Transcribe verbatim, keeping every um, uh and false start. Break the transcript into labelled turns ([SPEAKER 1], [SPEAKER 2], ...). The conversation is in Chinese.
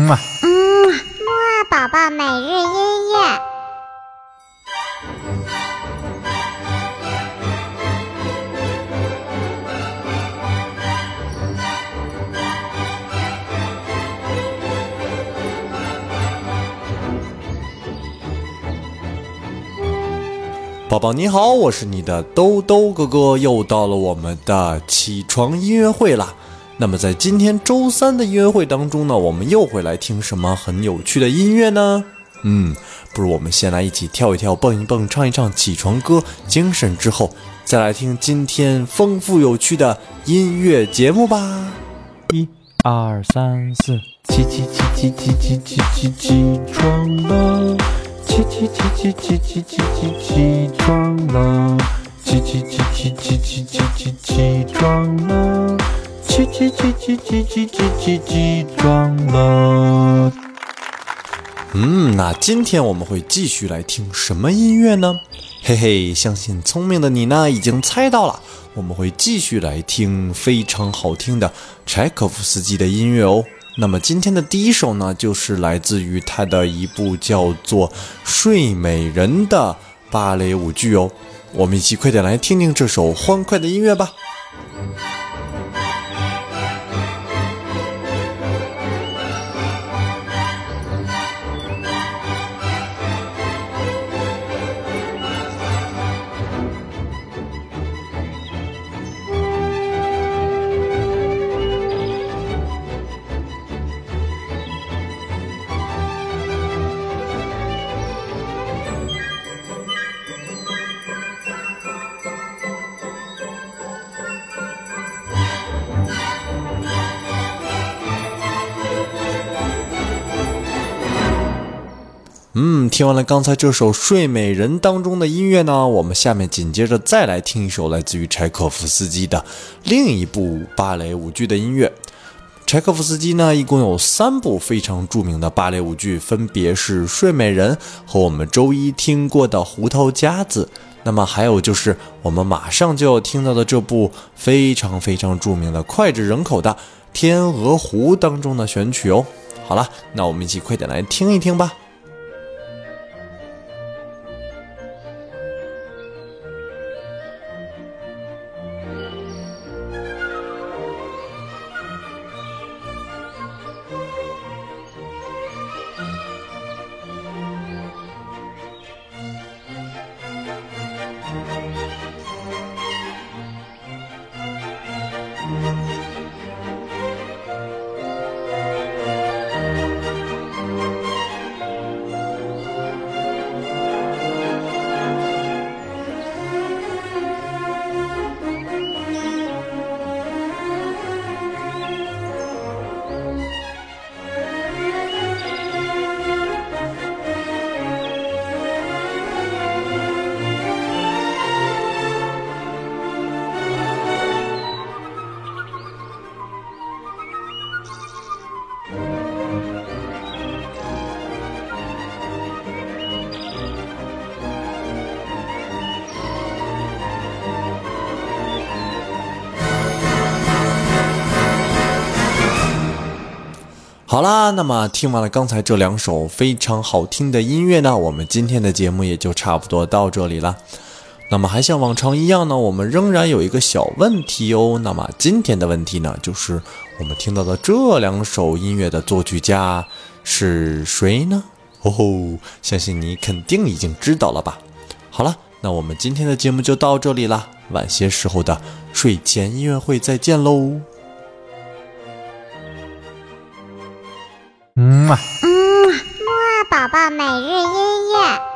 [SPEAKER 1] 嗯啊，
[SPEAKER 2] 嗯，木二宝宝每日音乐。
[SPEAKER 3] 宝宝你好，我是你的兜兜哥哥，又到了我们的起床音乐会啦。那么在今天周三的音乐会当中呢，我们又会来听什么很有趣的音乐呢？嗯，不如我们先来一起跳一跳，蹦一蹦，唱一唱起床歌，精神之后再来听今天丰富有趣的音乐节目吧。
[SPEAKER 1] 一二三四，起起起起起起起起起床了，起起起起起起起起起床了，起起起起起起起起起床了，起起起起起起起起起床了。
[SPEAKER 3] 嗯，那今天我们会继续来听什么音乐呢？嘿嘿，相信聪明的你呢已经猜到了，我们会继续来听非常好听的柴可夫斯基的音乐哦。那么今天的第一首呢，就是来自于他的一部叫做《睡美人》的芭蕾舞剧哦。我们一起快点来听听这首欢快的音乐吧。嗯，听完了刚才这首《睡美人》当中的音乐呢，我们下面紧接着再来听一首来自于柴可夫斯基的另一部芭蕾舞剧的音乐。柴可夫斯基呢，一共有三部非常著名的芭蕾舞剧，分别是《睡美人》和我们周一听过的《胡桃夹子》。那么还有就是我们马上就要听到的这部非常非常著名的脍炙人口的《天鹅湖》当中的选曲哦。好了，那我们一起快点来听一听吧。好啦，那么听完了刚才这两首非常好听的音乐呢，我们今天的节目也就差不多到这里了。那么还像往常一样呢，我们仍然有一个小问题哦。那么今天的问题呢，就是我们听到的这两首音乐的作曲家是谁呢？哦吼，相信你肯定已经知道了吧。好了，那我们今天的节目就到这里了，晚些时候的睡前音乐会再见喽。
[SPEAKER 1] 嗯啊，
[SPEAKER 2] 嗯，木二宝宝每日音乐。